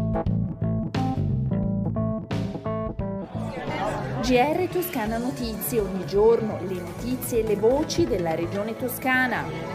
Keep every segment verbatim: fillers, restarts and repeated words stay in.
G R Toscana Notizie, ogni giorno le notizie e le voci della regione toscana.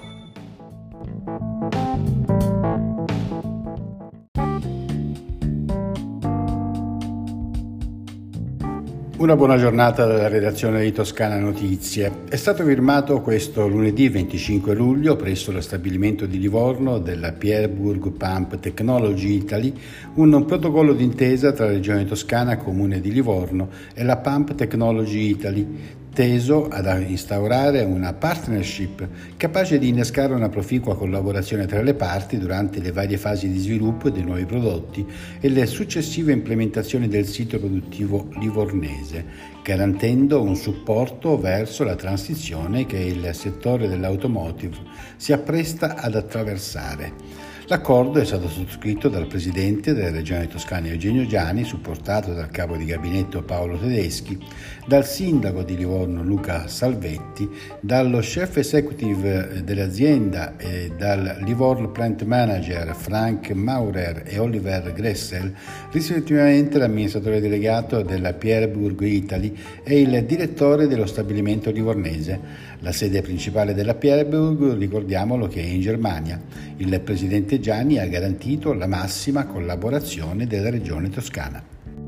Una buona giornata dalla redazione di Toscana Notizie. È stato firmato questo lunedì venticinque luglio presso lo stabilimento di Livorno della Pierburg Pump Technology Italy un protocollo d'intesa tra la Regione Toscana, Comune di Livorno e la Pump Technology Italy, teso ad instaurare una partnership capace di innescare una proficua collaborazione tra le parti durante le varie fasi di sviluppo dei nuovi prodotti e le successive implementazioni del sito produttivo livornese, garantendo un supporto verso la transizione che il settore dell'automotive si appresta ad attraversare. L'accordo è stato sottoscritto dal presidente della Regione Toscana Eugenio Giani, supportato dal capo di gabinetto Paolo Tedeschi, dal sindaco di Livorno Luca Salvetti, dallo chef executive dell'azienda e dal Livorno Plant Manager Frank Maurer e Oliver Gressel, rispettivamente l'amministratore delegato della Pierburg Italy e il direttore dello stabilimento livornese. La sede principale della Pierburg, ricordiamolo, che è in Germania. Il presidente Gianni ha garantito la massima collaborazione della regione toscana.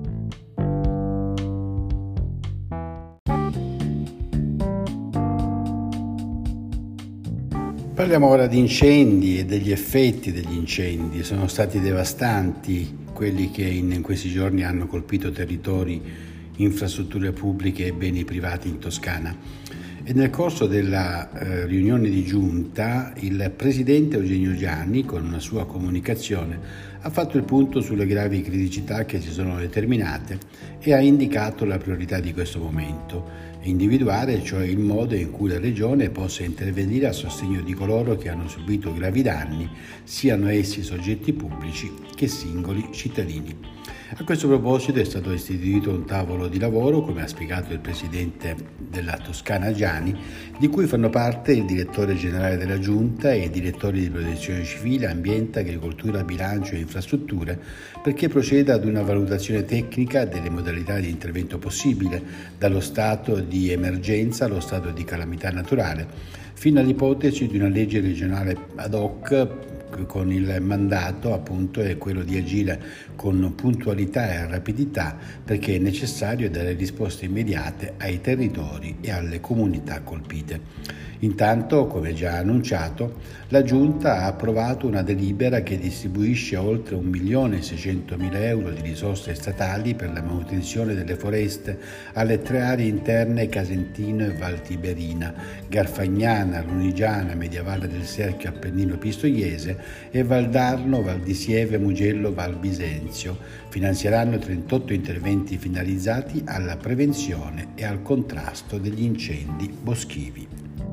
Parliamo ora di incendi e degli effetti degli incendi. Sono stati devastanti quelli che in questi giorni hanno colpito territori, infrastrutture pubbliche e beni privati in Toscana. E nel corso della eh, riunione di giunta il presidente Eugenio Gianni, con una sua comunicazione, ha fatto il punto sulle gravi criticità che si sono determinate e ha indicato la priorità di questo momento, individuare cioè il modo in cui la Regione possa intervenire a sostegno di coloro che hanno subito gravi danni, siano essi soggetti pubblici che singoli cittadini. A questo proposito è stato istituito un tavolo di lavoro, come ha spiegato il presidente della Toscana Gianni, di cui fanno parte il direttore generale della Giunta e i direttori di protezione civile, ambiente, agricoltura, bilancio e infrastrutture, perché proceda ad una valutazione tecnica delle modalità di intervento possibile, dallo stato di emergenza allo stato di calamità naturale, fino all'ipotesi di una legge regionale ad hoc, con il mandato appunto è quello di agire con puntualità e rapidità, perché è necessario dare risposte immediate ai territori e alle comunità colpite. Intanto, come già annunciato, la Giunta ha approvato una delibera che distribuisce oltre un milione e seicentomila euro di risorse statali per la manutenzione delle foreste alle tre aree interne Casentino e Val Tiberina, Garfagnana, Lunigiana, Mediavalle del Serchio, Appennino Pistoiese e Valdarno, Val di Sieve, Mugello, Val Bisenzio. Finanzieranno trentotto interventi finalizzati alla prevenzione e al contrasto degli incendi boschivi.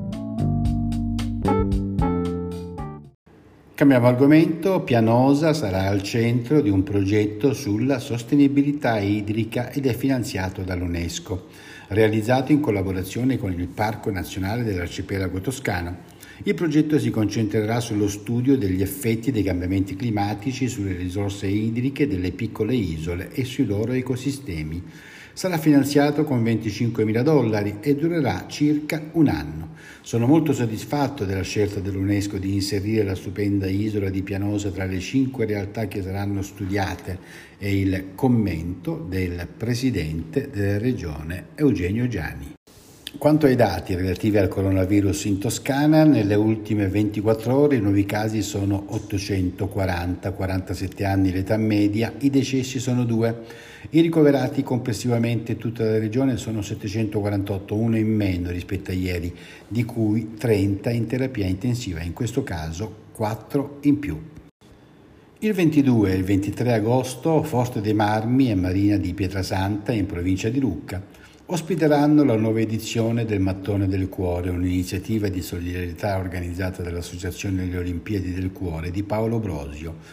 Cambiamo argomento. Pianosa sarà al centro di un progetto sulla sostenibilità idrica ed è finanziato dall'UNESCO, realizzato in collaborazione con il Parco Nazionale dell'Arcipelago Toscano. Il progetto si concentrerà sullo studio degli effetti dei cambiamenti climatici sulle risorse idriche delle piccole isole e sui loro ecosistemi. Sarà finanziato con venticinquemila dollari e durerà circa un anno. Sono molto soddisfatto della scelta dell'UNESCO di inserire la stupenda isola di Pianosa tra le cinque realtà che saranno studiate, è il commento del presidente della regione Eugenio Gianni. Quanto ai dati relativi al coronavirus in Toscana, nelle ultime ventiquattro ore i nuovi casi sono ottocentoquaranta, quarantasette anni l'età media, i decessi sono due. I ricoverati complessivamente in tutta la regione sono settecentoquarantotto, uno in meno rispetto a ieri, di cui trenta in terapia intensiva, in questo caso quattro in più. Il ventidue e il ventitré agosto Forte dei Marmi e Marina di Pietrasanta, in provincia di Lucca, ospiteranno la nuova edizione del Mattone del Cuore, un'iniziativa di solidarietà organizzata dall'Associazione delle Olimpiadi del Cuore di Paolo Brosio.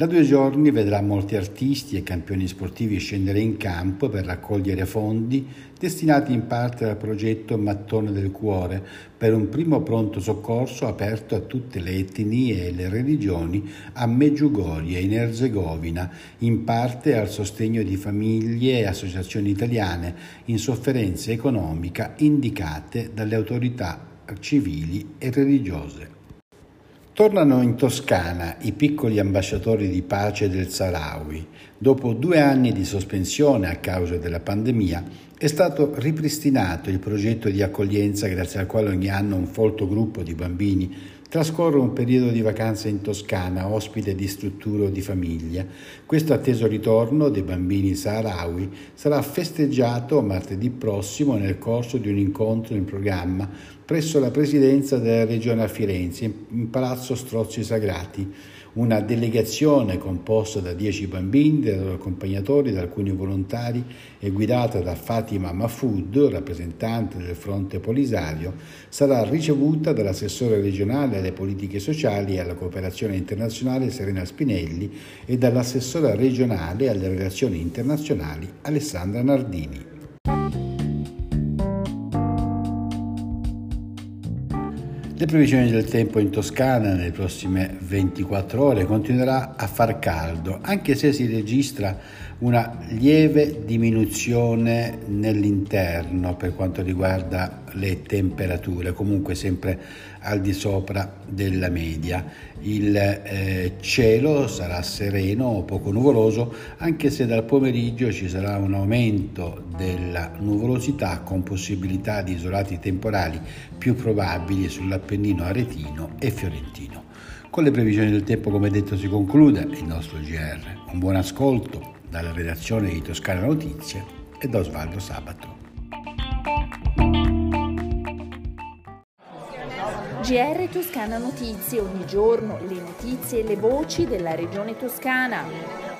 Da due giorni vedrà molti artisti e campioni sportivi scendere in campo per raccogliere fondi destinati in parte al progetto Mattone del Cuore per un primo pronto soccorso aperto a tutte le etnie e le religioni a Medjugorje in Erzegovina, in parte al sostegno di famiglie e associazioni italiane in sofferenza economica indicate dalle autorità civili e religiose. Tornano in Toscana i piccoli ambasciatori di pace del Sahrawi. Dopo due anni di sospensione a causa della pandemia, è stato ripristinato il progetto di accoglienza grazie al quale ogni anno un folto gruppo di bambini trascorre un periodo di vacanze in Toscana, ospite di strutture o di famiglia. Questo atteso ritorno dei bambini saharawi sarà festeggiato martedì prossimo nel corso di un incontro in programma presso la presidenza della regione a Firenze, in Palazzo Strozzi Sagrati. Una delegazione composta da dieci bambini, dai loro accompagnatori e da alcuni volontari e guidata da Fatima Mahfoud, rappresentante del Fronte Polisario, sarà ricevuta dall'assessore regionale alle politiche sociali e alla cooperazione internazionale Serena Spinelli e dall'assessora regionale alle relazioni internazionali Alessandra Nardini. Le previsioni del tempo in Toscana nelle prossime ventiquattro ore: continuerà a far caldo, anche se si registra una lieve diminuzione nell'interno per quanto riguarda le temperature, comunque sempre al di sopra della media. Il eh, cielo sarà sereno o poco nuvoloso, anche se dal pomeriggio ci sarà un aumento della nuvolosità con possibilità di isolati temporali più probabili sull'Appennino aretino e fiorentino. Con le previsioni del tempo, come detto, si conclude il nostro G R. Un buon ascolto dalla redazione di Toscana Notizie e da Osvaldo Sabato. G R Toscana Notizie, ogni giorno le notizie e le voci della regione toscana.